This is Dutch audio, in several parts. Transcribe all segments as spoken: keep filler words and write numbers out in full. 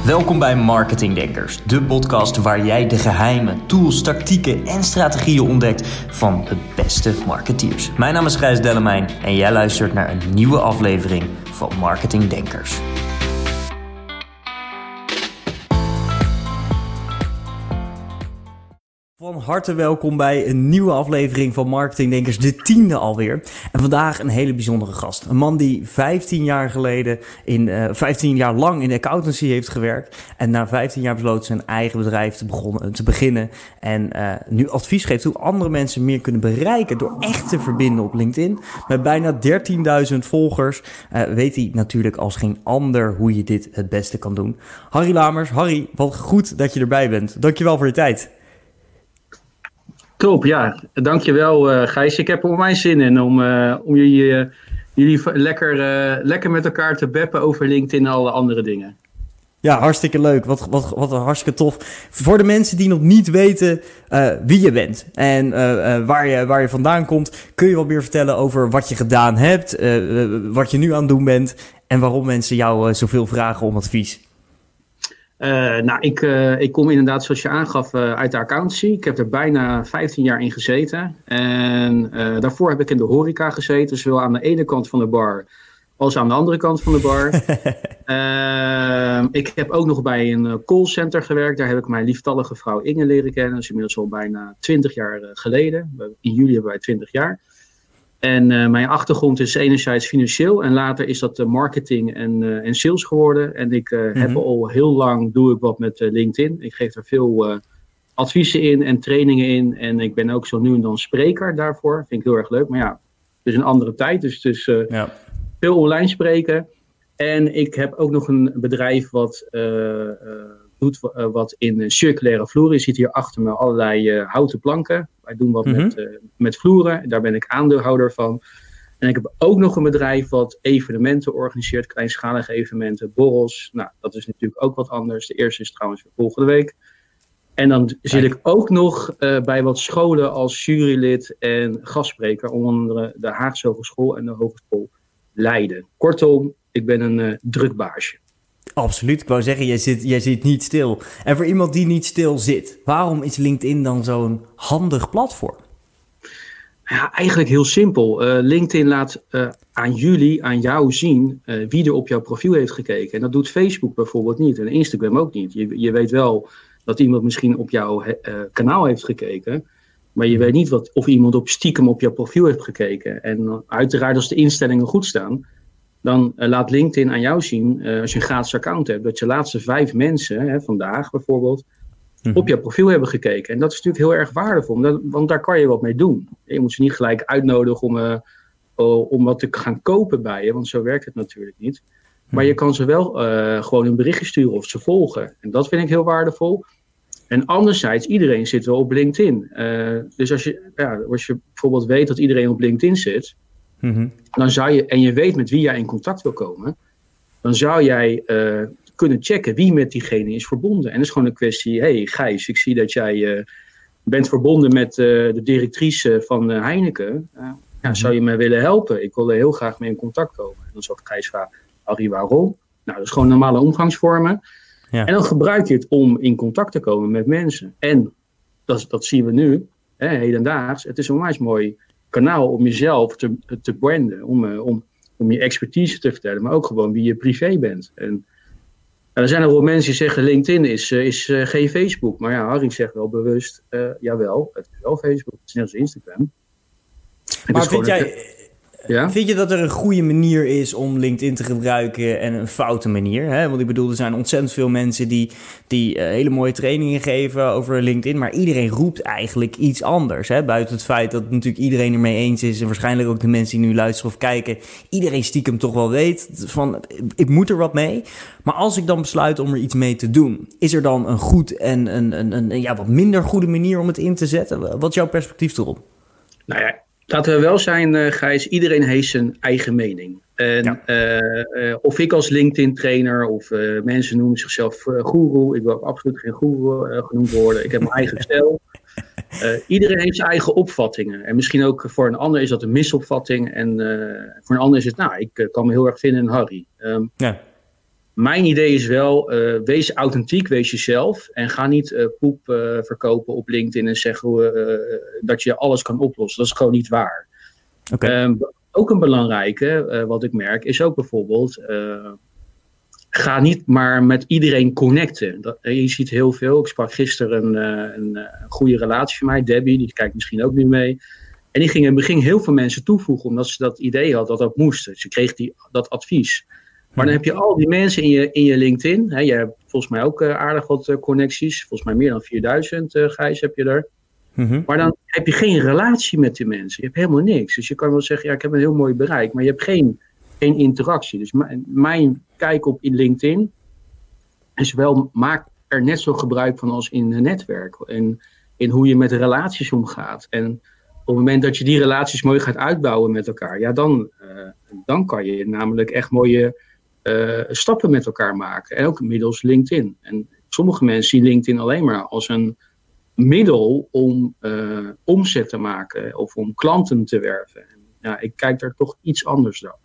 Welkom bij Marketing Denkers, de podcast waar jij de geheimen, tools, tactieken en strategieën ontdekt van de beste marketeers. Mijn naam is Gijs Dellemijn en jij luistert naar een nieuwe aflevering van Marketing Denkers. Van harte welkom bij een nieuwe aflevering van Marketing Denkers, de tiende alweer. En vandaag een hele bijzondere gast. Een man die vijftien jaar geleden, in, uh, vijftien jaar lang in de accountancy heeft gewerkt. En na vijftien jaar besloot zijn eigen bedrijf te, begonnen, te beginnen. En uh, nu advies geeft hoe andere mensen meer kunnen bereiken door echt te verbinden op LinkedIn. Met bijna dertienduizend volgers uh, weet hij natuurlijk als geen ander hoe je dit het beste kan doen. Harry Lamers, Harry, wat goed dat je erbij bent. Dankjewel voor je tijd. Top, ja. Dankjewel uh, Gijs. Ik heb er onwijs zin in om, uh, om jullie, uh, jullie lekker, uh, lekker met elkaar te beppen over LinkedIn en alle andere dingen. Ja, hartstikke leuk. Wat, wat, wat hartstikke tof. Voor de mensen die nog niet weten uh, wie je bent en uh, uh, waar, je, waar je vandaan komt, kun je wat meer vertellen over wat je gedaan hebt, uh, uh, wat je nu aan het doen bent en waarom mensen jou uh, zoveel vragen om advies? Uh, nou, ik, uh, ik kom inderdaad, zoals je aangaf, uh, uit de accountancy. Ik heb er bijna vijftien jaar in gezeten. En uh, daarvoor heb ik in de horeca gezeten, zowel aan de ene kant van de bar als aan de andere kant van de bar. uh, ik heb ook nog bij een callcenter gewerkt. Daar heb ik mijn lieftallige vrouw Inge leren kennen. Dat is inmiddels al bijna twintig jaar uh, geleden. In juli hebben wij twintig jaar. En uh, mijn achtergrond is enerzijds financieel en later is dat uh, marketing en, uh, en sales geworden. En ik uh, mm-hmm. heb al heel lang, doe ik wat met uh, LinkedIn. Ik geef er veel uh, adviezen in en trainingen in. En ik ben ook zo nu en dan spreker daarvoor. Vind ik heel erg leuk. Maar ja, het is een andere tijd, dus het is uh, ja. veel online spreken. En ik heb ook nog een bedrijf wat uh, uh, doet uh, wat in uh, circulaire vloeren. Je ziet hier achter me allerlei uh, houten planken. Wij doen wat mm-hmm. met, uh, met vloeren. Daar ben ik aandeelhouder van. En ik heb ook nog een bedrijf wat evenementen organiseert. Kleinschalige evenementen, borrels. Nou, dat is natuurlijk ook wat anders. De eerste is trouwens voor volgende week. En dan Kijk. zit ik ook nog uh, bij wat scholen als jurylid en gastspreker. Onder andere de Haagse Hogeschool en de Hogeschool Leiden. Kortom, ik ben een uh, druk baasje. Absoluut. Ik wou zeggen, jij zit, jij zit niet stil. En voor iemand die niet stil zit, waarom is LinkedIn dan zo'n handig platform? Ja, eigenlijk heel simpel. Uh, LinkedIn laat uh, aan jullie, aan jou zien uh, wie er op jouw profiel heeft gekeken. En dat doet Facebook bijvoorbeeld niet en Instagram ook niet. Je, je weet wel dat iemand misschien op jouw uh, kanaal heeft gekeken, maar je weet niet wat, of iemand op stiekem op jouw profiel heeft gekeken. En uh, uiteraard als de instellingen goed staan, dan uh, laat LinkedIn aan jou zien, uh, als je een gratis account hebt, dat je laatste vijf mensen, hè, vandaag bijvoorbeeld, mm-hmm. op jouw profiel hebben gekeken. En dat is natuurlijk heel erg waardevol, dat, want daar kan je wat mee doen. Je moet ze niet gelijk uitnodigen om, uh, uh, om wat te gaan kopen bij je, want zo werkt het natuurlijk niet. Mm-hmm. Maar je kan ze wel uh, gewoon een berichtje sturen of ze volgen. En dat vind ik heel waardevol. En anderzijds, iedereen zit wel op LinkedIn. Uh, dus als je, ja, als je bijvoorbeeld weet dat iedereen op LinkedIn zit, mm-hmm. dan zou je, en je weet met wie jij in contact wil komen, dan zou jij uh, kunnen checken wie met diegene is verbonden. En dat is gewoon een kwestie, hey Gijs, ik zie dat jij uh, bent verbonden met uh, de directrice van uh, Heineken. Uh, ja, zou je mij willen helpen? Ik wil er heel graag mee in contact komen. En dan zou Gijs vragen, Harry, waarom? Nou, dat is gewoon normale omgangsvormen. Ja. En dan gebruik je het om in contact te komen met mensen. En dat, dat zien we nu, hè, hedendaags. Het is een onwijs mooi kanaal om jezelf te, te branden, om, uh, om, om je expertise te vertellen, maar ook gewoon wie je privé bent. En uh, er zijn er wel mensen die zeggen LinkedIn is, uh, is uh, geen Facebook. Maar ja, Harry zegt wel bewust, uh, jawel, het is wel Facebook, het is net als Instagram. Het maar vind jij... Een, Ja? Vind je dat er een goede manier is om LinkedIn te gebruiken en een foute manier? Hè? Want ik bedoel, er zijn ontzettend veel mensen die, die uh, hele mooie trainingen geven over LinkedIn, maar iedereen roept eigenlijk iets anders. Hè? Buiten het feit dat natuurlijk iedereen ermee eens is en waarschijnlijk ook de mensen die nu luisteren of kijken, iedereen stiekem toch wel weet van, ik moet er wat mee. Maar als ik dan besluit om er iets mee te doen, is er dan een goed en een, een, een, een ja, wat minder goede manier om het in te zetten? Wat is jouw perspectief erop? Nou ja, laten we wel zijn, uh, Gijs, iedereen heeft zijn eigen mening. En ja. uh, uh, of ik als LinkedIn-trainer of uh, mensen noemen zichzelf uh, goeroe. Ik wil absoluut geen goeroe uh, genoemd worden. Ik heb mijn eigen stijl. Uh, iedereen heeft zijn eigen opvattingen. En misschien ook voor een ander is dat een misopvatting. En uh, voor een ander is het, nou, ik uh, kan me heel erg vinden in Harry. Um, ja. mijn idee is wel, uh, wees authentiek, wees jezelf. En ga niet uh, poep uh, verkopen op LinkedIn en zeggen uh, dat je alles kan oplossen. Dat is gewoon niet waar. Okay. Um, ook een belangrijke, uh, wat ik merk, is ook bijvoorbeeld... Uh, ga niet maar met iedereen connecten. Dat, je ziet heel veel. Ik sprak gisteren een, een, een goede relatie van mij, Debbie, die kijkt misschien ook nu mee. En die ging in het begin heel veel mensen toevoegen, omdat ze dat idee had dat dat moest. Ze kreeg die, dat advies. Maar dan heb je al die mensen in je, in je LinkedIn. Hè, je hebt volgens mij ook uh, aardig wat uh, connecties. Volgens mij meer dan vierduizend, uh, Gijs, heb je er. Mm-hmm. Maar dan heb je geen relatie met die mensen. Je hebt helemaal niks. Dus je kan wel zeggen, ja, ik heb een heel mooi bereik, maar je hebt geen... geen interactie. Dus m- mijn kijk op in LinkedIn is wel, maak er net zo gebruik van als in een netwerk. En in hoe je met relaties omgaat. En op het moment dat je die relaties mooi gaat uitbouwen met elkaar, ja, dan, uh, dan kan je namelijk echt mooie uh, stappen met elkaar maken. En ook middels LinkedIn. En sommige mensen zien LinkedIn alleen maar als een middel om uh, omzet te maken of om klanten te werven. En, ja, ik kijk daar toch iets anders dan.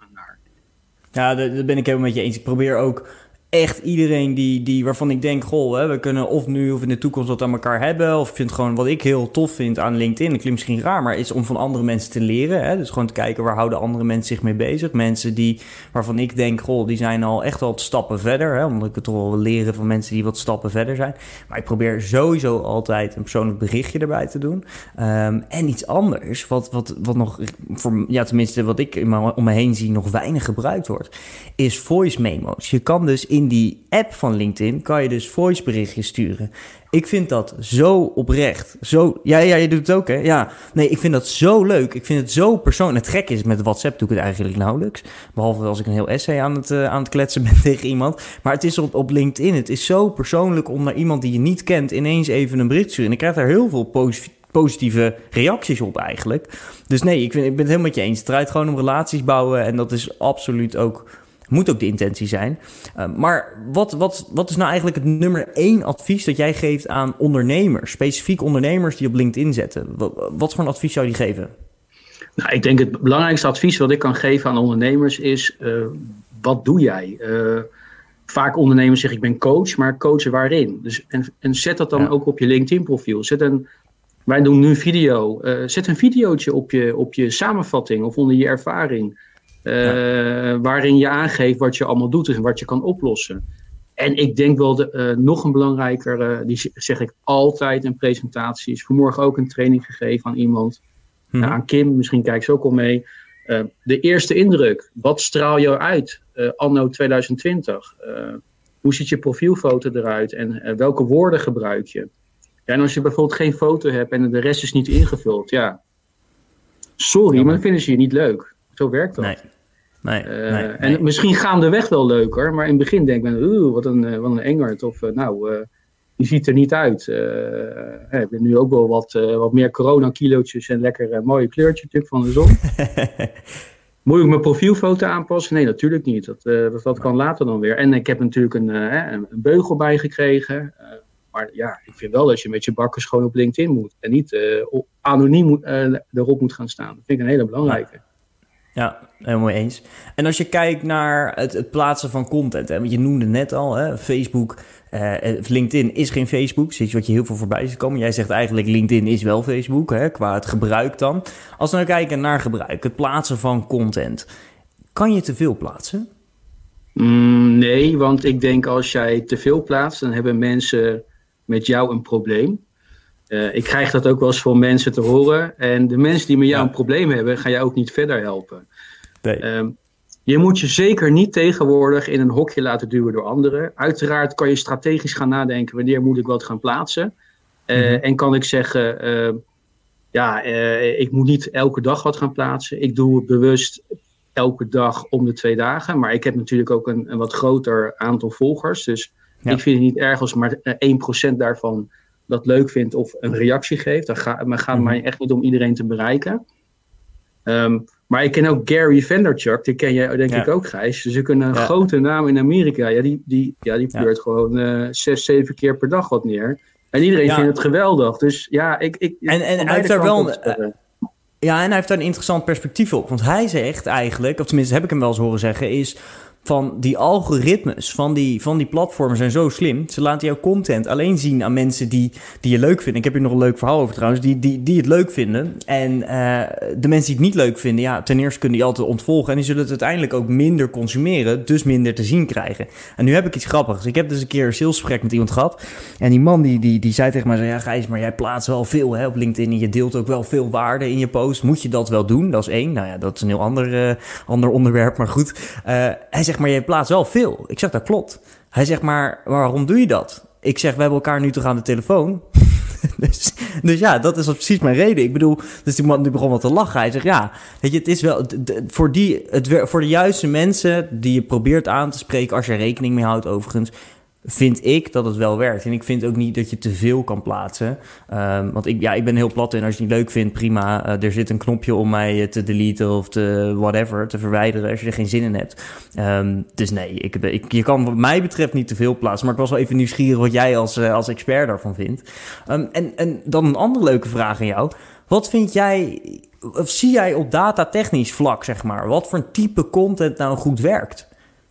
Ja, dat ben ik helemaal met je eens. Ik probeer ook echt iedereen die, die waarvan ik denk... goh, hè, we kunnen of nu of in de toekomst wat aan elkaar hebben... of ik vind gewoon wat ik heel tof vind aan LinkedIn... dat klinkt misschien raar, maar is om van andere mensen te leren. Hè? Dus gewoon te kijken, waar houden andere mensen zich mee bezig? Mensen die, waarvan ik denk, goh, die zijn al echt al stappen verder. Hè? Omdat ik het toch wel wil leren van mensen die wat stappen verder zijn. Maar ik probeer sowieso altijd een persoonlijk berichtje erbij te doen. Um, en iets anders, wat, wat, wat nog... voor, ja, tenminste wat ik om me heen zie nog weinig gebruikt wordt... is voice memo's. Je kan dus in die app van LinkedIn kan je dus voice berichtjes sturen. Ik vind dat zo oprecht. Zo, ja, ja, je doet het ook, hè? Ja. Nee, ik vind dat zo leuk. Ik vind het zo persoonlijk. Het gekke is, met WhatsApp doe ik het eigenlijk nauwelijks. Behalve als ik een heel essay aan het, uh, aan het kletsen ben tegen iemand. Maar het is op, op LinkedIn. Het is zo persoonlijk om naar iemand die je niet kent ineens even een bericht te sturen. En ik krijg daar heel veel positief. positieve reacties op eigenlijk. Dus nee, ik, vind, ik ben het helemaal met je eens. Het draait gewoon om relaties bouwen en dat is absoluut ook, moet ook de intentie zijn. Uh, maar wat, wat, wat is nou eigenlijk het nummer één advies dat jij geeft aan ondernemers, specifiek ondernemers die op LinkedIn zetten? Wat, wat voor een advies zou je die geven? Nou, ik denk het belangrijkste advies wat ik kan geven aan ondernemers is, uh, wat doe jij? Uh, Vaak ondernemers zeggen, ik ben coach, maar coachen waarin? Dus, en, en zet dat dan ja. ook op je LinkedIn profiel. Zet een Wij doen nu video. Uh, zet een videootje op je, op je samenvatting of onder je ervaring. Uh, ja. Waarin je aangeeft wat je allemaal doet en wat je kan oplossen. En ik denk wel de, uh, nog een belangrijker, uh, die zeg ik altijd in presentaties. Vanmorgen ook een training gegeven aan iemand. Hmm. Uh, aan Kim, misschien kijkt ze ook al mee. Uh, de eerste indruk. Wat straal je uit uh, anno twintig twintig? Uh, hoe ziet je profielfoto eruit? En uh, welke woorden gebruik je? Ja, en als je bijvoorbeeld geen foto hebt en de rest is niet ingevuld, ja, sorry, ja, maar dan vinden ze je niet leuk. Zo werkt dat. Nee. Nee, uh, nee, nee. En misschien gaandeweg wel leuker, maar in het begin denk ik, oeh, wat een, wat een engert. Of uh, nou, uh, die ziet er niet uit. Uh, uh, ik ben nu ook wel wat, uh, wat meer corona-kilootjes en lekker uh, mooie kleurtje natuurlijk van de zon. Moet ik mijn profielfoto aanpassen? Nee, natuurlijk niet. Dat, uh, dat, dat kan later dan weer. En ik heb natuurlijk een, uh, een beugel bij gekregen. Uh, Maar ja, ik vind wel dat je met je bakkers gewoon op LinkedIn moet. En niet uh, anoniem moet, uh, erop moet gaan staan. Dat vind ik een hele belangrijke. Ja, helemaal eens. En als je kijkt naar het, het plaatsen van content. Hè, want je noemde net al, hè, Facebook, uh, LinkedIn is geen Facebook. Dat is iets wat je heel veel voorbij ziet komen. Jij zegt eigenlijk LinkedIn is wel Facebook, hè, qua het gebruik dan. Als we nou kijken naar gebruik, het plaatsen van content. Kan je te veel plaatsen? Mm, nee, want ik denk als jij te veel plaatst, dan hebben mensen met jou een probleem. Uh, ik krijg dat ook wel eens van mensen te horen. En de mensen die met jou ja. een probleem hebben, ga jij ook niet verder helpen. Nee. Um, je moet je zeker niet tegenwoordig in een hokje laten duwen door anderen. Uiteraard kan je strategisch gaan nadenken, wanneer moet ik wat gaan plaatsen. Uh, mm-hmm. En kan ik zeggen, uh, ja, uh, ik moet niet elke dag wat gaan plaatsen. Ik doe het bewust elke dag om de twee dagen. Maar ik heb natuurlijk ook een, een wat groter aantal volgers. Dus ja. ik vind het niet erg als maar één procent daarvan dat leuk vindt of een reactie geeft. Dan gaat het gaat mm-hmm. mij echt niet om iedereen te bereiken. Um, maar ik ken ook Gary Vaynerchuk, die ken jij denk ja. ik ook, Gijs. Dus ik een ja. grote naam in Amerika. Ja, die, die, ja, die pleurt ja. gewoon uh, zes, zeven keer per dag wat neer. En iedereen ja. vindt het geweldig. Dus ja, ik... ik en en hij heeft daar wel... Een, ja, en hij heeft daar een interessant perspectief op. Want hij zegt eigenlijk, of tenminste heb ik hem wel eens horen zeggen, is... van die algoritmes van die, van die platformen zijn zo slim. Ze laten jouw content alleen zien aan mensen die, die je leuk vinden. Ik heb hier nog een leuk verhaal over trouwens. Die, die, die het leuk vinden. En uh, de mensen die het niet leuk vinden, ja, ten eerste kunnen die altijd ontvolgen. En die zullen het uiteindelijk ook minder consumeren. Dus minder te zien krijgen. En nu heb ik iets grappigs. Ik heb dus een keer een salesgesprek met iemand gehad. En die man die, die, die zei tegen mij, ja Gijs, maar jij plaatst wel veel hè, op LinkedIn. En je deelt ook wel veel waarde in je post. Moet je dat wel doen? Dat is één. Nou ja, dat is een heel ander, uh, ander onderwerp. Maar goed. Uh, hij zegt, maar jij plaatst wel veel. Ik zeg, dat klopt. Hij zegt, maar waarom doe je dat? Ik zeg, we hebben elkaar nu toch aan de telefoon? dus, dus ja, dat is precies mijn reden. Ik bedoel, dus die man die begon wat te lachen. Hij zegt, ja, weet je, het is wel d- d- voor, die, het, voor de juiste mensen die je probeert aan te spreken, als je er rekening mee houdt overigens, vind ik dat het wel werkt. En ik vind ook niet dat je te veel kan plaatsen. Um, want ik, ja, ik ben heel plat en als je het niet leuk vindt, prima. Uh, er zit een knopje om mij te deleten of te whatever, te verwijderen als je er geen zin in hebt. Um, dus nee, ik, ik, je kan wat mij betreft niet te veel plaatsen. Maar ik was wel even nieuwsgierig wat jij als, uh, als expert daarvan vindt. Um, en, en dan een andere leuke vraag aan jou. Wat vind jij, of zie jij op datatechnisch vlak, zeg maar, wat voor type content nou goed werkt?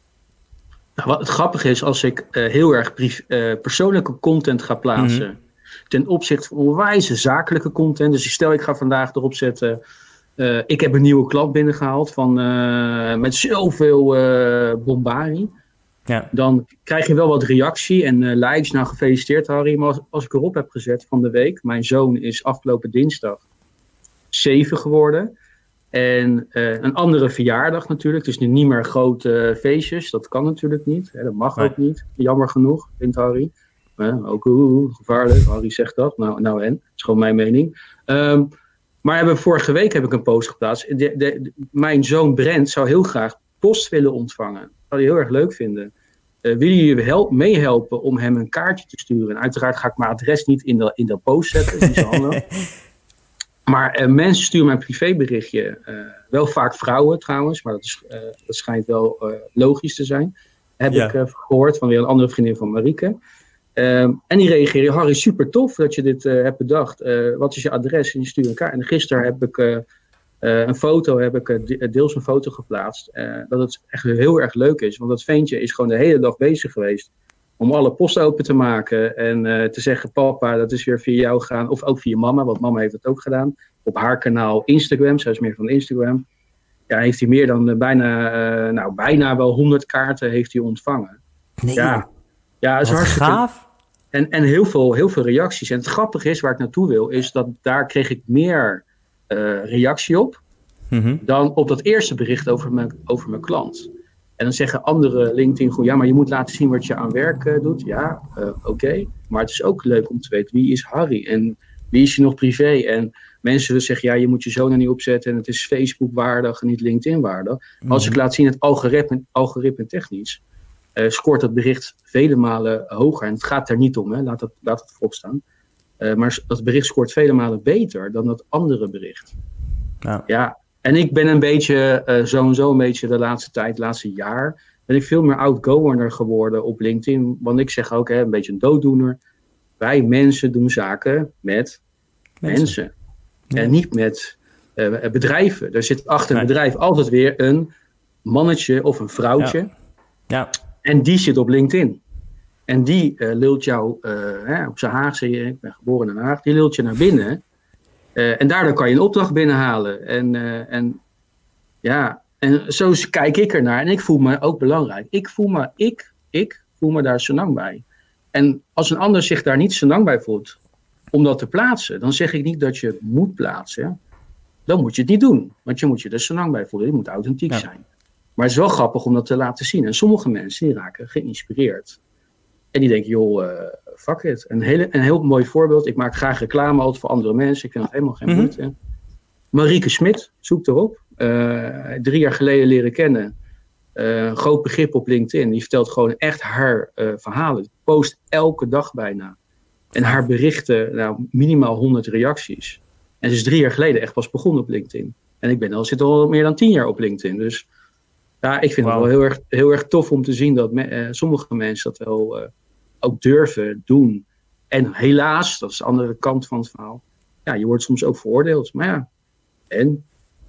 Nou, wat het grappige is, als ik uh, heel erg brief, uh, persoonlijke content ga plaatsen, mm-hmm. ten opzichte van onwijze zakelijke content. Dus stel ik ga vandaag erop zetten, uh, ik heb een nieuwe klant binnengehaald van, uh, met zoveel uh, bombarie. Ja. Dan krijg je wel wat reactie en uh, likes. Nou, gefeliciteerd Harry. Maar als, als ik erop heb gezet van de week, mijn zoon is afgelopen dinsdag zeven geworden. En uh, een andere verjaardag natuurlijk. Dus nu niet meer grote uh, feestjes. Dat kan natuurlijk niet. Hè, dat mag nee. ook niet. Jammer genoeg, vindt Harry. Uh, ook oeh, gevaarlijk. Harry zegt dat. Nou, nou en. Dat is gewoon mijn mening. Um, maar hebben, vorige week heb ik een post geplaatst. De, de, de, mijn zoon Brent zou heel graag post willen ontvangen. Dat zou hij heel erg leuk vinden. Uh, willen jullie help, meehelpen om hem een kaartje te sturen? En uiteraard ga ik mijn adres niet in de, in de post zetten. Dat is niet zo handig. Maar uh, mensen sturen mij een privéberichtje. Uh, wel vaak vrouwen trouwens, maar dat, is, uh, dat schijnt wel uh, logisch te zijn. Heb ja. ik uh, gehoord van weer een andere vriendin van Marieke. Um, en die reageerde, Harry, super tof dat je dit uh, hebt bedacht. Uh, wat is je adres? En die sturen elkaar. En gisteren heb ik uh, uh, een foto, heb ik uh, deels een foto geplaatst. Uh, dat het echt heel erg leuk is. Want dat ventje is gewoon de hele dag bezig geweest om alle posten open te maken en uh, te zeggen, papa, dat is weer via jou gegaan. Of ook via mama, want mama heeft dat ook gedaan. Op haar kanaal Instagram, zij is meer van Instagram. Ja, heeft hij meer dan uh, bijna, uh, nou, bijna wel honderd kaarten heeft hij ontvangen. Nee, ja, ja, dat is hartstikke gaaf. En, en heel, veel, heel veel reacties. En het grappige is, waar ik naartoe wil, is dat daar kreeg ik meer uh, reactie op mm-hmm. dan op dat eerste bericht over mijn, over mijn klant. En dan zeggen andere LinkedIn goed, ja, maar je moet laten zien wat je aan werk uh, doet. Ja, uh, oké. Okay. Maar het is ook leuk om te weten, wie is Harry? En wie is je nog privé? En mensen zullen zeggen, ja, je moet je zoon er niet opzetten en het is Facebook waardig en niet LinkedIn waardig. Mm-hmm. Als ik laat zien het algoritme, algoritme technisch, uh, scoort dat bericht vele malen hoger. En het gaat er niet om, hè. Laat, het, laat het voorop staan. Uh, maar dat bericht scoort vele malen beter dan dat andere bericht. Ja. ja. En ik ben een beetje, uh, zo en zo een beetje de laatste tijd, het laatste jaar, ben ik veel meer outgoender geworden op LinkedIn. Want ik zeg ook, hè, een beetje een dooddoener. Wij mensen doen zaken met mensen. mensen. Ja. En niet met uh, bedrijven. Er zit achter een bedrijf altijd weer een mannetje of een vrouwtje. Ja. Ja. En die zit op LinkedIn. En die uh, lult jou uh, hè, op zijn Haagse, ik ben geboren in Den Haag, die lult je naar binnen. Uh, en daardoor kan je een opdracht binnenhalen. En, uh, en ja, en zo kijk ik ernaar. En ik voel me ook belangrijk. Ik voel me, ik, ik voel me daar senang bij. En als een ander zich daar niet senang bij voelt om dat te plaatsen, dan zeg ik niet dat je het moet plaatsen. Dan moet je het niet doen. Want je moet je er senang bij voelen. Je moet authentiek ja. zijn. Maar het is wel grappig om dat te laten zien. En sommige mensen die raken geïnspireerd. En die denken, joh, uh, fuck it. Een, hele, een heel mooi voorbeeld. Ik maak graag reclame altijd voor andere mensen. Ik vind dat helemaal geen moeite. Mm-hmm. Marieke Smit, zoek erop. Uh, drie jaar geleden leren kennen. Uh, een groot begrip op LinkedIn. Die vertelt gewoon echt haar uh, verhalen. Post elke dag bijna. En haar berichten, nou, minimaal honderd reacties. En ze is drie jaar geleden echt pas begonnen op LinkedIn. En ik ben al, zit al meer dan tien jaar op LinkedIn. Dus ja, ik vind wow. het wel heel erg, heel erg tof om te zien dat me, uh, sommige mensen dat wel uh, ook durven doen. En helaas, dat is de andere kant van het verhaal. Ja, je wordt soms ook veroordeeld. Maar ja, en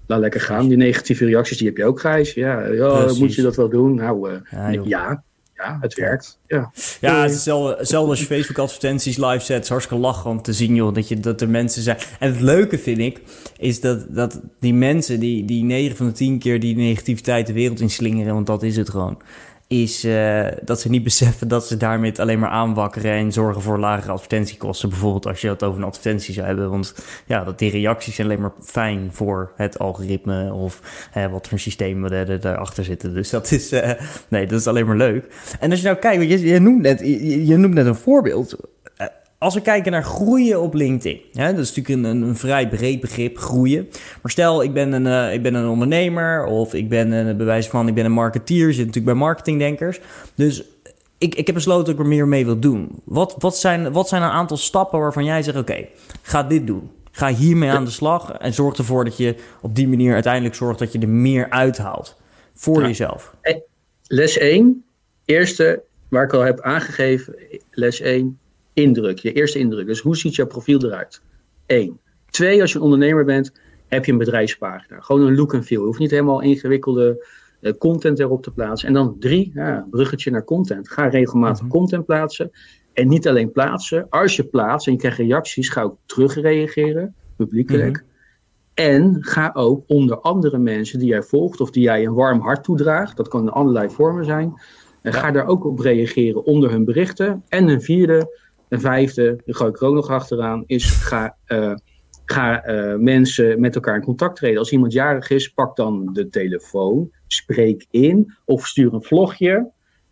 laat lekker gaan. Die negatieve reacties, die heb je ook, Gijs. Ja, ja moet je dat wel doen? Nou, uh, ja, ja, ja, het werkt. Ja, ja het is hetzelfde, hetzelfde als je Facebook advertenties live zet. Het is hartstikke lachen om te zien, joh, dat, je, dat er mensen zijn. En het leuke vind ik, is dat, dat die mensen die, die negen van de tien keer die negativiteit de wereld inslingeren, want dat is het gewoon, is uh, dat ze niet beseffen dat ze daarmee het alleen maar aanwakkeren en zorgen voor lagere advertentiekosten. Bijvoorbeeld als je het over een advertentie zou hebben. Want ja, dat die reacties zijn alleen maar fijn voor het algoritme of uh, wat voor systemen er daarachter zitten. Dus dat is, uh, nee, dat is alleen maar leuk. En als je nou kijkt, je, je, noemt, net, je, je noemt net een voorbeeld. Als we kijken naar groeien op LinkedIn, hè, dat is natuurlijk een, een vrij breed begrip, groeien. Maar stel, ik ben een, uh, ik ben een ondernemer of ik ben een bewijs van, ik ben een marketeer, zit natuurlijk bij marketingdenkers. Dus ik, ik heb besloten dat ik er meer mee wil doen. Wat, wat, zijn, wat zijn een aantal stappen waarvan jij zegt, oké, okay, ga dit doen. Ga hiermee aan de slag en zorg ervoor dat je op die manier uiteindelijk zorgt dat je er meer uithaalt voor ja. jezelf. Les één, eerste waar ik al heb aangegeven, les één. Indruk, je eerste indruk. Dus hoe ziet jouw profiel eruit? Eén. Twee, als je een ondernemer bent, heb je een bedrijfspagina. Gewoon een look and feel. Je hoeft niet helemaal ingewikkelde uh, content erop te plaatsen. En dan drie, ja, bruggetje naar content. Ga regelmatig mm-hmm. content plaatsen. En niet alleen plaatsen. Als je plaatst en je krijgt reacties, ga ook terugreageren, publiekelijk. Mm-hmm. En ga ook onder andere mensen die jij volgt of die jij een warm hart toedraagt. Dat kan in allerlei vormen zijn. Ja. Ga daar ook op reageren onder hun berichten. En een vierde... Een vijfde, daar gooi ik er ook nog achteraan, is ga, uh, ga uh, mensen met elkaar in contact treden. Als iemand jarig is, pak dan de telefoon, spreek in of stuur een vlogje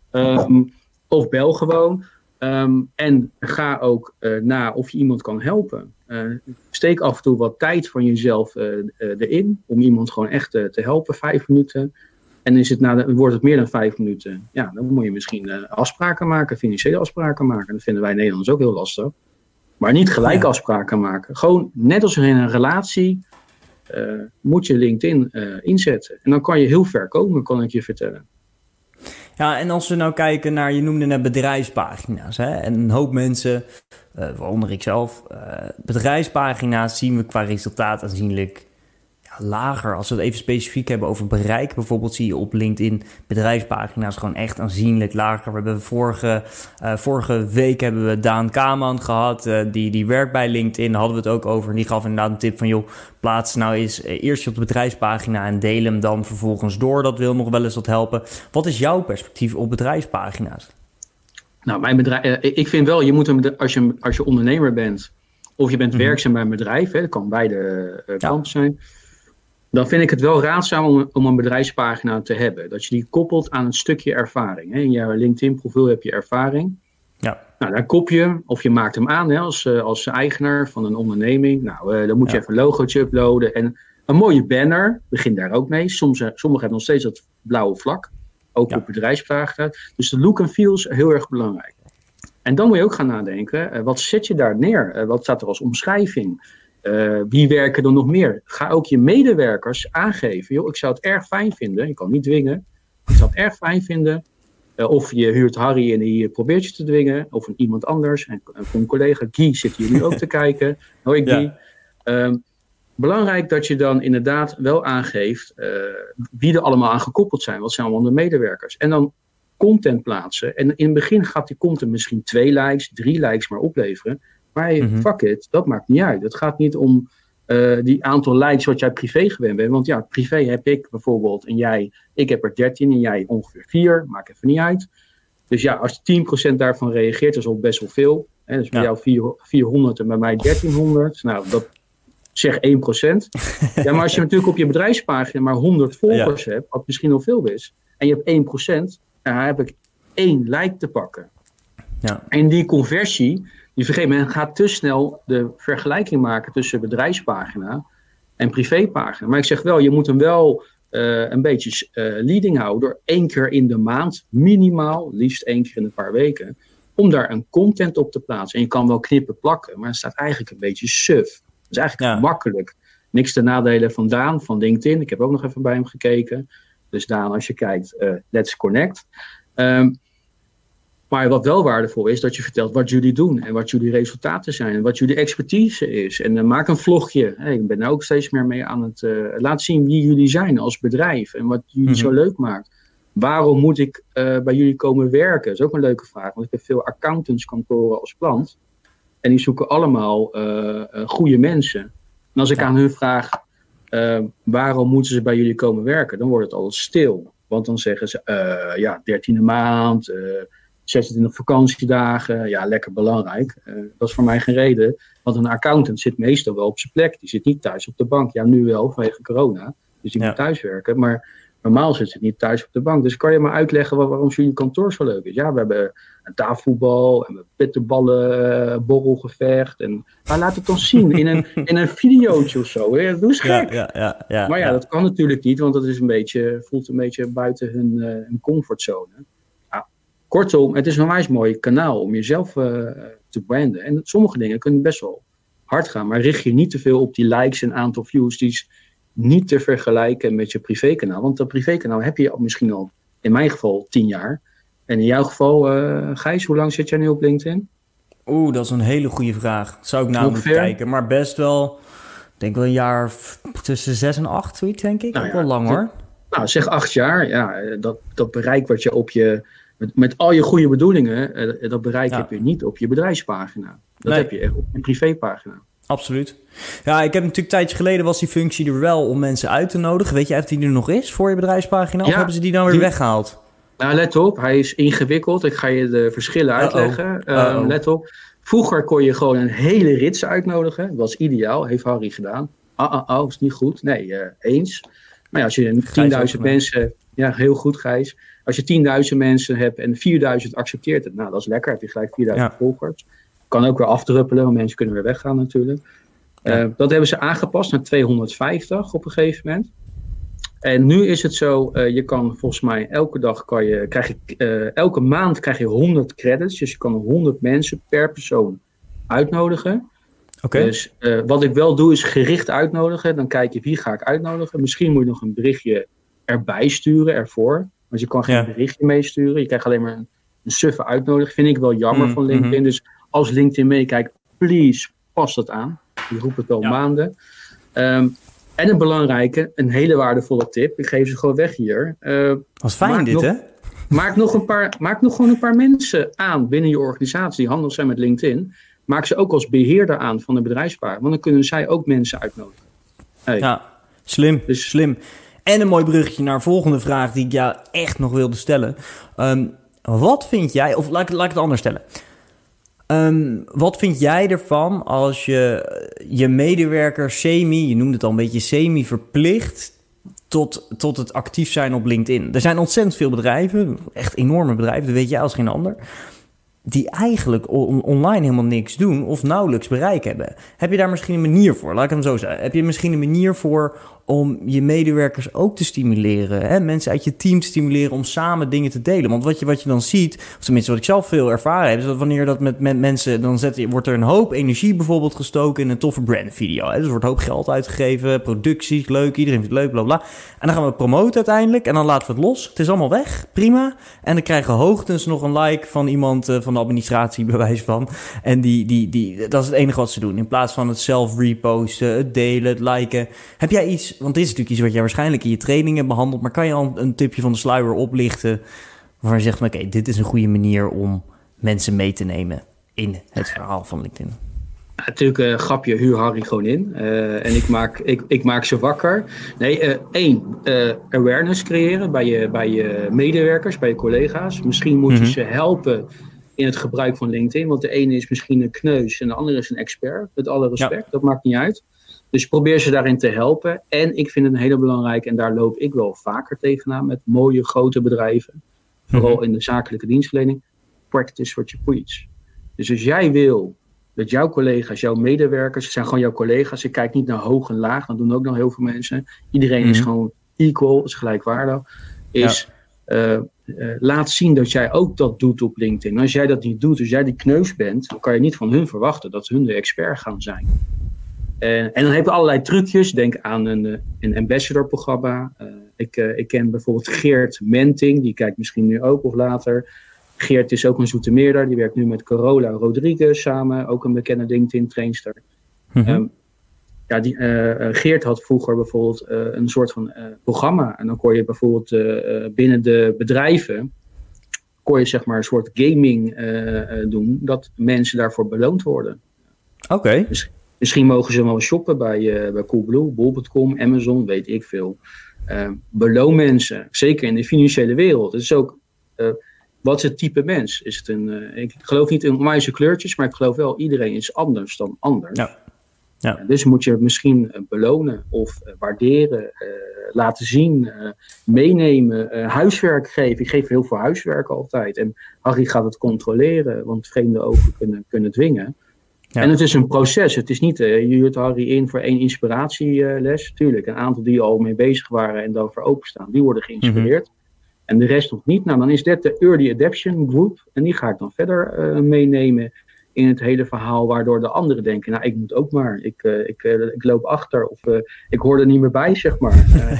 um, of bel gewoon. Um, en ga ook uh, na of je iemand kan helpen. Uh, steek af en toe wat tijd van jezelf uh, uh, erin om iemand gewoon echt uh, te helpen, vijf minuten. En is het na de, wordt het meer dan vijf minuten, ja, dan moet je misschien uh, afspraken maken, financiële afspraken maken. Dat vinden wij Nederlanders ook heel lastig. Maar niet gelijk ja. afspraken maken. Gewoon net als in een relatie uh, moet je LinkedIn uh, inzetten. En dan kan je heel ver komen, kan ik je vertellen. Ja, en als we nou kijken naar, je noemde net bedrijfspagina's. Hè? En een hoop mensen, uh, waaronder ik zelf, uh, bedrijfspagina's zien we qua resultaat aanzienlijk lager. Als we het even specifiek hebben over bereik, bijvoorbeeld zie je op LinkedIn bedrijfspagina's gewoon echt aanzienlijk lager. We hebben vorige, uh, vorige week hebben we Daan Kaman gehad, uh, die, die werkt bij LinkedIn, daar hadden we het ook over. En die gaf inderdaad een tip van, joh, plaats nou eens uh, eerst op de bedrijfspagina en deel hem dan vervolgens door. Dat wil nog wel eens wat helpen. Wat is jouw perspectief op bedrijfspagina's? Nou, mijn bedrijf, uh, ik vind wel, je moet hem, als je, als je ondernemer bent, of je bent mm-hmm. werkzaam bij een bedrijf, hè, dat kan beide uh, kanten ja. zijn. Dan vind ik het wel raadzaam om, om een bedrijfspagina te hebben. Dat je die koppelt aan een stukje ervaring. Hè. In jouw LinkedIn-profiel heb je ervaring. Ja. Nou, daar kop je, of je maakt hem aan hè, als, als eigenaar van een onderneming. Nou, uh, dan moet je ja. even een logootje uploaden. En een mooie banner, begin daar ook mee. Soms, uh, sommigen hebben nog steeds dat blauwe vlak. Ook ja. op bedrijfspagina. Dus de look and feel is heel erg belangrijk. En dan moet je ook gaan nadenken, uh, wat zet je daar neer? Uh, wat staat er als omschrijving? Uh, wie werken er nog meer? Ga ook je medewerkers aangeven. Joh, ik zou het erg fijn vinden. Je kan niet dwingen. Ik zou het erg fijn vinden. Uh, of je huurt Harry en die probeert je te dwingen. Of een iemand anders. En een collega Guy zit hier nu ook te kijken. Hoi Guy. Ja. Um, belangrijk dat je dan inderdaad wel aangeeft uh, wie er allemaal aan gekoppeld zijn. Wat zijn allemaal de medewerkers. En dan content plaatsen. En in het begin gaat die content misschien twee likes, drie likes maar opleveren. Maar mm-hmm. fuck it, dat maakt niet uit. Het gaat niet om uh, die aantal likes wat jij privé gewend bent. Want ja, privé heb ik bijvoorbeeld en jij, ik heb er dertien en jij ongeveer vier. Maakt even niet uit. Dus ja, als tien procent daarvan reageert, is al best wel veel. Hè, dus bij ja. jou vierhonderd en bij mij dertienhonderd. Nou, dat zeg één procent. Ja, maar als je natuurlijk op je bedrijfspagina maar honderd volgers ja. hebt, wat misschien al veel is, en je hebt één procent, dan heb ik één like te pakken. Ja. En die conversie, die vergeet men gaat te snel de vergelijking maken tussen bedrijfspagina en privépagina. Maar ik zeg wel, je moet hem wel uh, een beetje uh, leading houden door één keer in de maand, minimaal, liefst één keer in een paar weken, om daar een content op te plaatsen. En je kan wel knippen plakken, maar het staat eigenlijk een beetje suf. Het is eigenlijk ja. makkelijk. Niks ten nadele van Daan, van LinkedIn. Ik heb ook nog even bij hem gekeken. Dus Daan, als je kijkt, uh, let's connect. Um, Maar wat wel waardevol is, dat je vertelt wat jullie doen en wat jullie resultaten zijn en wat jullie expertise is. En uh, maak een vlogje. Hey, ik ben daar ook steeds meer mee aan het uh, laten zien wie jullie zijn als bedrijf en wat jullie mm-hmm. zo leuk maakt. Waarom moet ik uh, bij jullie komen werken? Dat is ook een leuke vraag, want ik heb veel accountantskantoren als klant. En die zoeken allemaal uh, uh, goede mensen. En als ik ja. aan hun vraag, uh, waarom moeten ze bij jullie komen werken? Dan wordt het altijd stil. Want dan zeggen ze, uh, ja, dertiende maand, uh, zesentwintig vakantiedagen. Ja, lekker belangrijk. Uh, dat is voor mij geen reden. Want een accountant zit meestal wel op zijn plek. Die zit niet thuis op de bank. Ja, nu wel, vanwege corona. Dus die ja. moet thuiswerken. Maar normaal zit ze niet thuis op de bank. Dus kan je maar uitleggen waarom jullie kantoor zo leuk is? Ja, we hebben een tafelvoetbal en we bitterballen, uh, borrelgevecht. En, maar laat het dan zien in een, in een videootje of zo. Hè? Dat is gek. Ja, ja, ja, ja, maar ja, ja, dat kan natuurlijk niet, want dat is een beetje, voelt een beetje buiten hun, uh, hun comfortzone. Ja, kortom, het is een onwijs mooi kanaal om jezelf uh, te branden. En sommige dingen kunnen best wel hard gaan, maar richt je niet te veel op die likes en aantal views. Die is niet te vergelijken met je privékanaal. Want dat privékanaal heb je misschien al, in mijn geval, tien jaar. En in jouw geval, uh, Gijs, hoe lang zit jij nu op LinkedIn? Oeh, dat is een hele goede vraag. Zou ik nou moeten kijken. Maar best wel, ik denk wel een jaar f- tussen zes en acht, zoiets denk ik. Nou ja, wel lang hoor. Nou, zeg acht jaar. Ja, dat, dat bereik wat je op je, met, met al je goede bedoelingen, uh, dat bereik ja. heb je niet op je bedrijfspagina. Dat nee. heb je echt op je privépagina. Absoluut. Ja, ik heb natuurlijk een tijdje geleden was die functie er wel om mensen uit te nodigen. Weet je of die er nog is voor je bedrijfspagina? Of ja, hebben ze die dan weer die... weggehaald? Nou, let op. Hij is ingewikkeld. Ik ga je de verschillen uitleggen. Uh, let op. Vroeger kon je gewoon een hele rits uitnodigen. Dat was ideaal. Heeft Harry gedaan. Ah, ah, ah, is niet goed. Nee, uh, eens. Maar ja, als je tienduizend mensen... Ja, heel goed, Gijs. Als je tienduizend mensen hebt en vierduizend accepteert het. Nou, dat is lekker. Heb je gelijk vierduizend ja. volgers. Kan ook weer afdruppelen, want mensen kunnen weer weggaan natuurlijk. Ja. Uh, dat hebben ze aangepast naar tweehonderdvijftig op een gegeven moment. En nu is het zo, uh, je kan volgens mij elke dag kan je, krijg je, uh, elke maand krijg je honderd credits. Dus je kan honderd mensen per persoon uitnodigen. Okay. Dus uh, wat ik wel doe is gericht uitnodigen. Dan kijk je wie ga ik uitnodigen. Misschien moet je nog een berichtje erbij sturen, ervoor. Want je kan geen ja. berichtje meesturen. Je krijgt alleen maar een, een suffe uitnodiging. Vind ik wel jammer mm, van LinkedIn. Mm-hmm. Dus als LinkedIn meekijkt, please, pas dat aan. Ik roep het al ja. maanden. Um, en een belangrijke, een hele waardevolle tip. Ik geef ze gewoon weg hier. Uh, Wat fijn dit, nog, hè? Maak nog, een paar, maak nog gewoon een paar mensen aan binnen je organisatie die handig zijn met LinkedIn. Maak ze ook als beheerder aan van de bedrijfspagina. Want dan kunnen zij ook mensen uitnodigen. Hey. Ja, slim, dus, slim. En een mooi bruggetje naar een volgende vraag die ik jou echt nog wilde stellen. Um, wat vind jij, of laat, laat ik het anders stellen. Um, wat vind jij ervan als je je medewerker semi, je noemde het al een beetje semi, verplicht tot, tot het actief zijn op LinkedIn? Er zijn ontzettend veel bedrijven, echt enorme bedrijven, dat weet jij als geen ander, die eigenlijk on- online helemaal niks doen of nauwelijks bereik hebben. Heb je daar misschien een manier voor? Laat ik hem zo zeggen. Heb je misschien een manier voor om je medewerkers ook te stimuleren? Hè? Mensen uit je team te stimuleren om samen dingen te delen. Want wat je, wat je dan ziet, of tenminste wat ik zelf veel ervaren heb, is dat wanneer dat met, met mensen, dan zet je, wordt er een hoop energie bijvoorbeeld gestoken in een toffe brandvideo. Hè? Dus er wordt een hoop geld uitgegeven, producties, leuk, iedereen vindt het leuk, bla bla. En dan gaan we het promoten uiteindelijk en dan laten we het los. Het is allemaal weg, prima. En dan krijgen we hoogstens nog een like van iemand uh, van de administratie, bij wijze van. En die, die, die, dat is het enige wat ze doen. In plaats van het zelf reposten, het delen, het liken. Heb jij iets, want dit is natuurlijk iets wat jij waarschijnlijk in je trainingen behandelt, maar kan je al een tipje van de sluier oplichten waarvan je zegt van oké, okay, dit is een goede manier om mensen mee te nemen in het verhaal van LinkedIn? Natuurlijk een uh, grapje, huur Harry gewoon in. Uh, en ik maak, ik, ik maak ze wakker. Nee, uh, één, uh, awareness creëren bij je, bij je medewerkers, bij je collega's. Misschien moet je mm-hmm. ze helpen in het gebruik van LinkedIn. Want de ene is misschien een kneus en de andere is een expert. Met alle respect, ja. dat maakt niet uit. Dus probeer ze daarin te helpen. En ik vind het een hele belangrijke, en daar loop ik wel vaker tegenaan met mooie grote bedrijven. Vooral mm-hmm. in de zakelijke dienstverlening. Practice what you preach. Dus als jij wil dat jouw collega's, jouw medewerkers, het zijn gewoon jouw collega's. Ik kijk niet naar hoog en laag, dat doen ook nog heel veel mensen. Iedereen mm-hmm. is gewoon equal, is gelijkwaardig. Is, ja. uh, uh, laat zien dat jij ook dat doet op LinkedIn. En als jij dat niet doet, als jij die kneus bent, dan kan je niet van hun verwachten dat hun de expert gaan zijn. En, en dan heb je allerlei trucjes. Denk aan een, een ambassador-programma. Uh, ik, uh, ik ken bijvoorbeeld Geert Menting, die kijkt misschien nu ook of later. Geert is ook een Zoetermeerder, die werkt nu met Carola Rodriguez samen, ook een bekende LinkedIn-trainster. Mm-hmm. Um, ja, die, uh, Geert had vroeger bijvoorbeeld uh, een soort van uh, programma. En dan kon je bijvoorbeeld uh, binnen de bedrijven, kon je zeg maar een soort gaming uh, uh, doen, dat mensen daarvoor beloond worden. Oké. Okay. Dus, misschien mogen ze wel shoppen bij, uh, bij Coolblue, bol punt com, Amazon, weet ik veel. Uh, beloon mensen, zeker in de financiële wereld. Het is ook, uh, wat is het type mens? Is het een, uh, ik geloof niet in onwijze kleurtjes, maar ik geloof wel iedereen is anders dan anders. Ja. Ja. Uh, dus moet je misschien uh, belonen of uh, waarderen, uh, laten zien, uh, meenemen, uh, huiswerk geven. Ik geef heel veel huiswerk altijd. En Harry gaat het controleren, want vreemde ogen kunnen, kunnen dwingen. Ja. En het is een proces. Het is niet, uh, je huurt Harry in voor één inspiratieles. Uh, Tuurlijk, een aantal die al mee bezig waren en dan voor openstaan, die worden geïnspireerd. Mm-hmm. En de rest nog niet. Nou, dan is dit de Early Adaption Group. En die ga ik dan verder uh, meenemen in het hele verhaal, waardoor de anderen denken, nou, ik moet ook maar. Ik, uh, ik, uh, ik loop achter of uh, ik hoor er niet meer bij, zeg maar. Uh,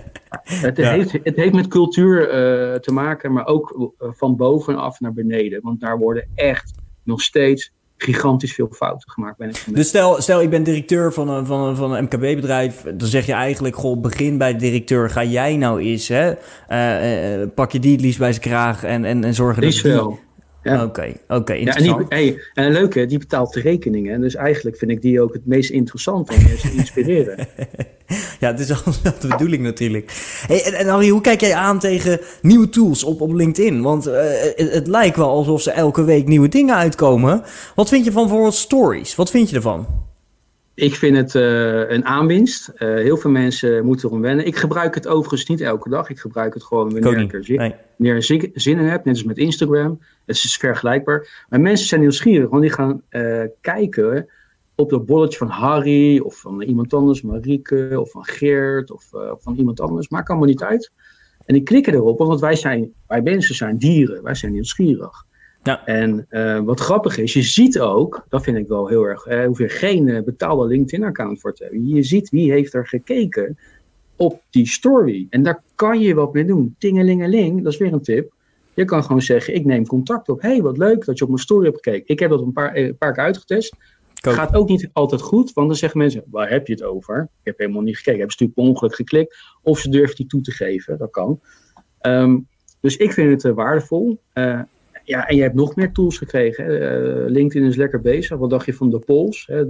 het, ja. heeft, het heeft met cultuur uh, te maken, maar ook uh, van bovenaf naar beneden. Want daar worden echt nog steeds gigantisch veel fouten gemaakt. Ben ik dus stel, stel, ik ben directeur van een, van een, van een M K B-bedrijf. Dan zeg je eigenlijk, goh, begin bij de directeur. Ga jij nou eens, hè? Uh, uh, pak je die het liefst bij zijn kraag en, en, en zorgen dat die... wel. Ja. Oké, okay, oké, okay, interessant. Ja, en, die, hey, en een leuke, die betaalt de rekeningen. Dus eigenlijk vind ik die ook het meest interessant om mensen te inspireren. Ja, het is al de bedoeling natuurlijk. Hey, en, en Harry, hoe kijk jij aan tegen nieuwe tools op, op LinkedIn? Want uh, het, het lijkt wel alsof ze elke week nieuwe dingen uitkomen. Wat vind je van bijvoorbeeld stories? Wat vind je ervan? Ik vind het uh, een aanwinst. Uh, heel veel mensen moeten erom wennen. Ik gebruik het overigens niet elke dag. Ik gebruik het gewoon wanneer ik er zin, nee. wanneer zin, zin in heb. Net als met Instagram. Het is vergelijkbaar. Maar mensen zijn nieuwsgierig. Want die gaan uh, kijken op dat bolletje van Harry. Of van iemand anders. Marieke. Of van Geert. Of uh, van iemand anders. Maakt allemaal niet uit. En die klikken erop. Want wij, zijn, wij mensen zijn dieren. Wij zijn nieuwsgierig. Ja. En uh, wat grappig is, je ziet ook, dat vind ik wel heel erg, uh, hoef je geen uh, betaalde LinkedIn-account voor te hebben. Je ziet wie heeft er gekeken op die story. En daar kan je wat mee doen. Tingelingeling, dat is weer een tip. Je kan gewoon zeggen, ik neem contact op. Hé, hey, wat leuk dat je op mijn story hebt gekeken. Ik heb dat een paar, een paar keer uitgetest. Het gaat ook niet altijd goed, want dan zeggen mensen, waar heb je het over? Ik heb helemaal niet gekeken. Hebben ze natuurlijk per ongeluk geklikt. Of ze durven die toe te geven, dat kan. Um, dus ik vind het uh, waardevol. Uh, Ja, en je hebt nog meer tools gekregen. Uh, LinkedIn is lekker bezig. Wat dacht je van de polls? Hè?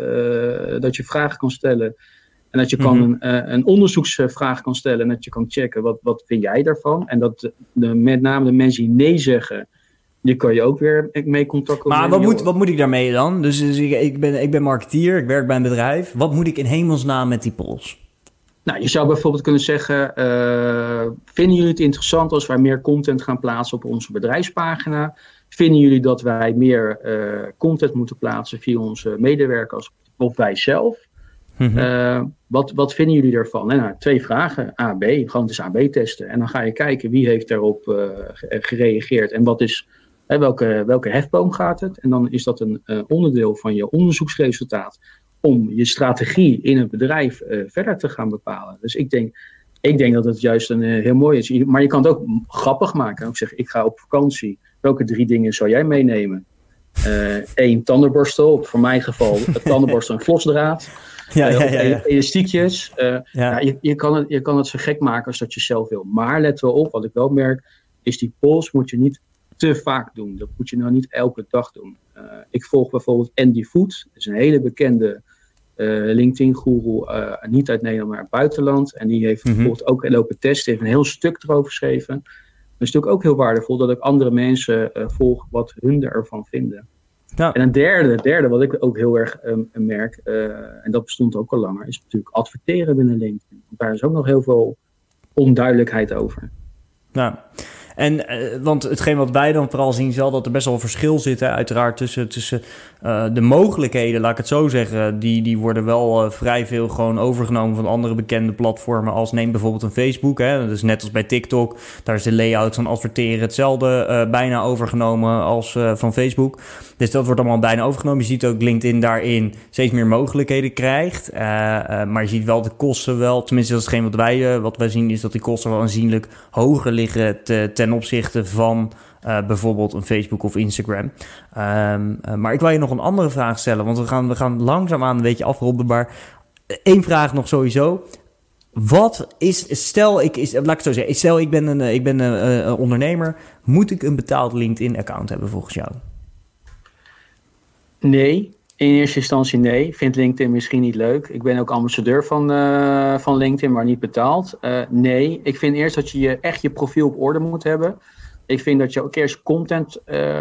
De, uh, dat je vragen kan stellen. En dat je kan mm-hmm. een, uh, een onderzoeksvraag kan stellen. En dat je kan checken, wat, wat vind jij daarvan? En dat de, de, met name de mensen die nee zeggen, die kan je ook weer mee contact opnemen. Maar wat moet, wat moet ik daarmee dan? Dus, dus ik, ik, ben, ik ben marketeer, ik werk bij een bedrijf. Wat moet ik in hemelsnaam met die polls? Nou, je zou bijvoorbeeld kunnen zeggen, uh, vinden jullie het interessant als wij meer content gaan plaatsen op onze bedrijfspagina? Vinden jullie dat wij meer uh, content moeten plaatsen via onze medewerkers of wij zelf? Mm-hmm. Uh, wat, wat vinden jullie daarvan? En nou, twee vragen, A, B, gewoon dus A B testen. En dan ga je kijken wie heeft daarop uh, gereageerd en wat is, uh, welke, welke hefboom gaat het? En dan is dat een uh, onderdeel van je onderzoeksresultaat om je strategie in een bedrijf uh, verder te gaan bepalen. Dus ik denk, ik denk dat het juist een uh, heel mooi is. Maar je kan het ook grappig maken. Ik zeg, ik ga op vakantie. Welke drie dingen zou jij meenemen? Eén, uh, tandenborstel. Voor mijn geval, een tandenborstel en vlosdraad. Ja, uh, ja, ja, ja. Elastiekjes. Uh, ja. Ja, je, je, kan het, je kan het zo gek maken als dat je zelf wil. Maar let wel op, wat ik wel merk, is die polls moet je niet te vaak doen. Dat moet je nou niet elke dag doen. Uh, ik volg bijvoorbeeld Andy Foot. Dat is een hele bekende Uh, LinkedIn-goeroe, uh, niet uit Nederland, maar uit het buitenland. En die heeft mm-hmm. bijvoorbeeld ook lopen testen, heeft een heel stuk erover geschreven. Dat is natuurlijk ook heel waardevol dat ik andere mensen uh, volg wat hun ervan vinden. Ja. En een derde, derde, wat ik ook heel erg um, merk, uh, en dat bestond ook al langer, is natuurlijk adverteren binnen LinkedIn. Want daar is ook nog heel veel onduidelijkheid over. Ja. En, uh, want hetgeen wat wij dan vooral zien, is wel dat er best wel een verschil zit, hè, uiteraard, tussen, tussen uh, de mogelijkheden, laat ik het zo zeggen. Die, die worden wel uh, vrij veel gewoon overgenomen van andere bekende platformen, als neem bijvoorbeeld een Facebook. Hè, dus net als bij TikTok, daar is de layout van adverteren hetzelfde uh, bijna overgenomen als uh, van Facebook. Dus dat wordt allemaal bijna overgenomen. Je ziet ook LinkedIn daarin steeds meer mogelijkheden krijgt. Uh, uh, maar je ziet wel de kosten wel, tenminste dat is hetgeen wat wij, uh, wat wij zien, is dat die kosten wel aanzienlijk hoger liggen te, ten opzichte van uh, bijvoorbeeld een Facebook of Instagram. Um, uh, maar ik wil je nog een andere vraag stellen, want we gaan, we gaan langzaamaan een beetje afronden. Maar één vraag nog sowieso. Wat is, stel ik, is, laat ik het zo zeggen, stel ik ben een, ik ben een, een ondernemer, moet ik een betaald LinkedIn-account hebben volgens jou? Nee. In eerste instantie nee. Ik vind LinkedIn misschien niet leuk. Ik ben ook ambassadeur van, uh, van LinkedIn, maar niet betaald. Uh, nee, ik vind eerst dat je, je echt je profiel op orde moet hebben. Ik vind dat je ook eerst content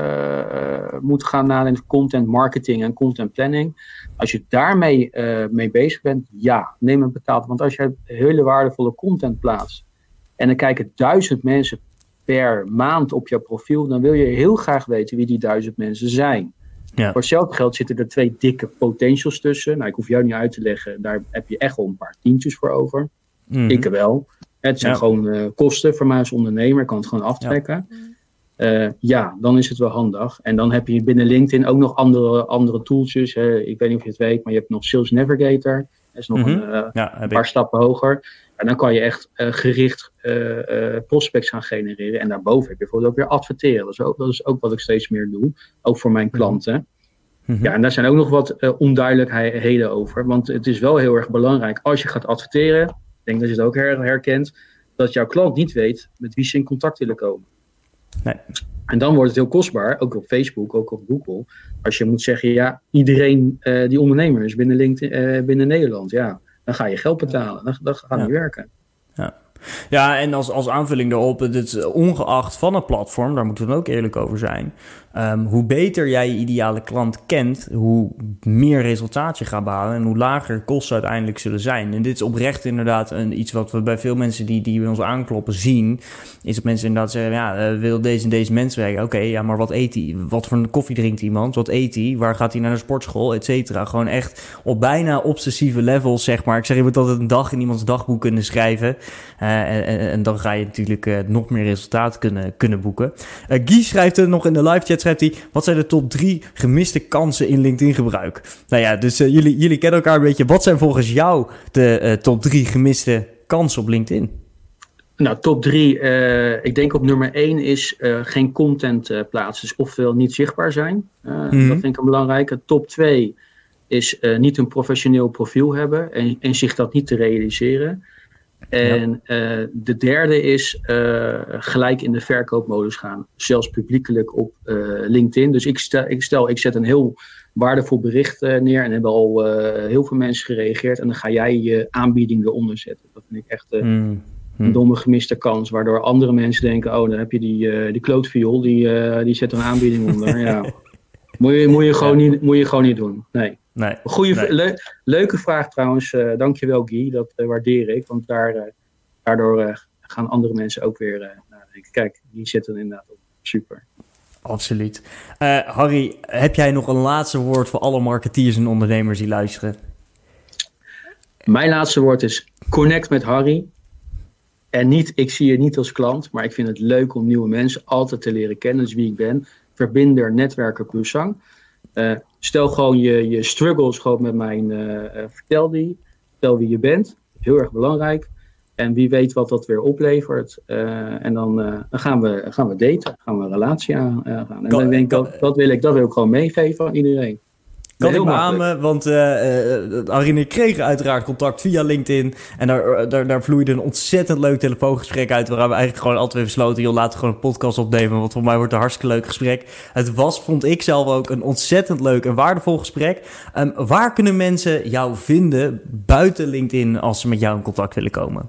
uh, moet gaan nadenken. Content marketing en content planning. Als je daarmee uh, mee bezig bent, ja, neem een betaald. Want als je hele waardevolle content plaatst en dan kijken duizend mensen per maand op jouw profiel, dan wil je heel graag weten wie die duizend mensen zijn. Ja. Voor hetzelfde geld zitten er twee dikke potentials tussen. Nou, ik hoef jou niet uit te leggen. Daar heb je echt wel een paar tientjes voor over. Mm-hmm. Ik wel. Het zijn ja. gewoon uh, kosten voor mij als ondernemer. Ik kan het gewoon aftrekken. Ja. Uh, ja, dan is het wel handig. En dan heb je binnen LinkedIn ook nog andere, andere tooltjes. Hè. Ik weet niet of je het weet, maar je hebt nog Sales Navigator. Dat is nog mm-hmm. een uh, ja, paar ik. stappen hoger. En dan kan je echt uh, gericht uh, uh, prospects gaan genereren. En daarboven heb je bijvoorbeeld ook weer adverteren. Dat is ook, dat is ook wat ik steeds meer doe. Ook voor mijn klanten. Mm-hmm. Ja, en daar zijn ook nog wat uh, onduidelijkheden over. Want het is wel heel erg belangrijk als je gaat adverteren. Ik denk dat je het ook her- herkent. Dat jouw klant niet weet met wie ze in contact willen komen. Nee. En dan wordt het heel kostbaar. Ook op Facebook, ook op Google. Als je moet zeggen, ja, iedereen uh, die ondernemer is binnen, LinkedIn, uh, binnen Nederland. Ja. Dan ga je geld betalen. Dan, dan gaat het ja. niet werken. Ja, ja en als, als aanvulling daarop, het ongeacht van een platform, daar moeten we ook eerlijk over zijn. Um, hoe beter jij je ideale klant kent, hoe meer resultaat je gaat behalen en hoe lager de kosten uiteindelijk zullen zijn. En dit is oprecht inderdaad een, iets wat we bij veel mensen die, die bij ons aankloppen zien, is dat mensen inderdaad zeggen, ja, uh, wil deze en deze mensen werken? Oké, okay, ja, maar wat eet hij? Wat voor een koffie drinkt iemand? Wat eet hij? Waar gaat hij naar de sportschool? Et cetera. Gewoon echt op bijna obsessieve levels, zeg maar. Ik zeg, je moet altijd een dag in iemands dagboek kunnen schrijven. Uh, en, en, en dan ga je natuurlijk uh, nog meer resultaat kunnen, kunnen boeken. Uh, Guy schrijft er nog in de live chat, schrijft hij, wat zijn de top drie gemiste kansen in LinkedIn gebruik? Nou ja, dus uh, jullie, jullie kennen elkaar een beetje. Wat zijn volgens jou de uh, top drie gemiste kansen op LinkedIn? Nou, top drie. Uh, ik denk op nummer één is uh, geen content uh, plaatsen. Dus ofwel niet zichtbaar zijn. Uh, mm-hmm. Dat vind ik een belangrijke. Top twee is uh, niet een professioneel profiel hebben en, en zich dat niet te realiseren. En ja. uh, de derde is uh, gelijk in de verkoopmodus gaan. Zelfs publiekelijk op uh, LinkedIn. Dus ik stel, ik stel, ik zet een heel waardevol bericht uh, neer. En hebben al uh, heel veel mensen gereageerd. En dan ga jij je aanbieding eronder zetten. Dat vind ik echt uh, mm. een domme gemiste kans. Waardoor andere mensen denken, oh, dan heb je die, uh, die klootviool. Die, uh, die zet er een aanbieding onder. Ja. Moet je, moet, je gewoon ja. niet, moet je gewoon niet doen. Nee. Nee, Goeie, nee. Le- leuke vraag trouwens. Uh, dankjewel Guy, dat uh, waardeer ik. Want daar, uh, daardoor uh, gaan andere mensen ook weer uh, nadenken. Kijk, die zitten inderdaad op. Super. Absoluut. Uh, Harry, heb jij nog een laatste woord voor alle marketeers en ondernemers die luisteren? Mijn laatste woord is connect met Harry. En niet, ik zie je niet als klant, maar ik vind het leuk om nieuwe mensen altijd te leren kennen. Dus wie ik ben. Verbinder, netwerker plus zang. Uh, stel gewoon je, je struggles gewoon met mij, uh, uh, vertel die. Vertel wie je bent. Heel erg belangrijk. En wie weet wat dat weer oplevert. Uh, en dan, uh, dan gaan, we, gaan we daten. Gaan we een relatie aan uh, gaan. En kan, dan denk ik, kan, dat, dat, wil ik, dat wil ik gewoon meegeven aan iedereen. Kan ik beamen, want uh, uh, Harry en ik kregen uiteraard contact via LinkedIn. En daar, daar, daar vloeide een ontzettend leuk telefoongesprek uit. Waar we eigenlijk gewoon altijd weer besloten, joh, laten we gewoon een podcast opnemen. Want voor mij wordt het een hartstikke leuk gesprek. Het was, vond ik zelf ook, een ontzettend leuk en waardevol gesprek. Um, waar kunnen mensen jou vinden buiten LinkedIn als ze met jou in contact willen komen?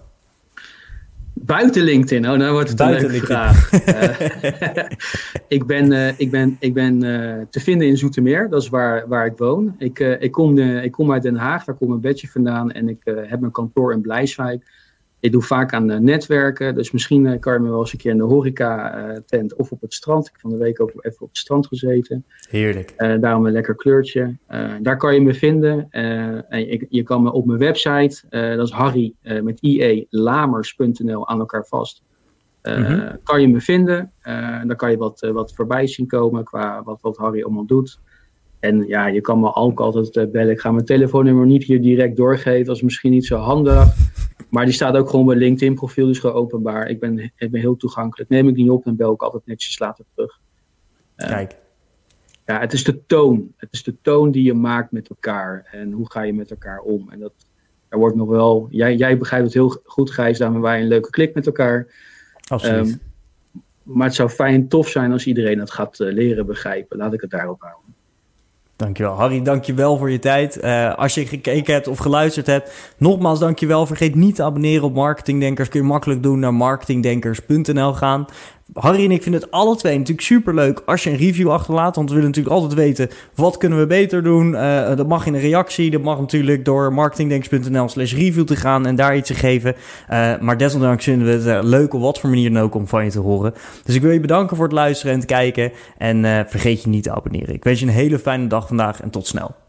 Buiten LinkedIn? Oh, nou wordt het Buiten een leuke vraag. uh, ik ben, uh, ik ben, ik ben uh, te vinden in Zoetermeer. Dat is waar, waar ik woon. Ik, uh, ik, kom de, ik kom uit Den Haag. Daar komt mijn bedje vandaan. En ik uh, heb mijn kantoor in Blijswijk. Ik doe vaak aan uh, netwerken. Dus misschien uh, kan je me wel eens een keer in de horeca uh, tent of op het strand. Ik heb van de week ook even op het strand gezeten. Heerlijk. Uh, daarom een lekker kleurtje. Uh, daar kan je me vinden. Uh, en je, je kan me op mijn website. Uh, dat is Harry uh, met I E Lamers punt n l aan elkaar vast. Uh, mm-hmm. Kan je me vinden. Uh, dan kan je wat, uh, wat voorbij zien komen qua wat, wat Harry allemaal doet. En ja, je kan me ook altijd uh, bellen. Ik ga mijn telefoonnummer niet hier direct doorgeven. Dat is misschien niet zo handig. Maar die staat ook gewoon bij LinkedIn profiel, dus gewoon openbaar. Ik ben, ik ben heel toegankelijk. Neem ik niet op, dan bel ik altijd netjes later terug. Uh, Kijk. Ja, het is de toon. Het is de toon die je maakt met elkaar. En hoe ga je met elkaar om? En dat, er wordt nog wel... Jij, jij begrijpt het heel goed, Gijs. Daarom hebben wij een leuke klik met elkaar. Absoluut. Um, maar het zou fijn tof zijn als iedereen het gaat uh, leren begrijpen. Laat ik het daarop houden. Dankjewel. Harry, dankjewel voor je tijd. Uh, als je gekeken hebt of geluisterd hebt, nogmaals dankjewel. Vergeet niet te abonneren op Marketingdenkers. Kun je makkelijk doen naar marketingdenkers punt n l gaan. Harry en ik vinden het alle twee natuurlijk superleuk als je een review achterlaat. Want we willen natuurlijk altijd weten, wat kunnen we beter doen? Uh, dat mag in een reactie. Dat mag natuurlijk door marketingdenkers punt n l slash review te gaan en daar iets te geven. Uh, maar desondanks vinden we het uh, leuk op wat voor manier dan ook om van je te horen. Dus ik wil je bedanken voor het luisteren en het kijken. En uh, vergeet je niet te abonneren. Ik wens je een hele fijne dag vandaag en tot snel.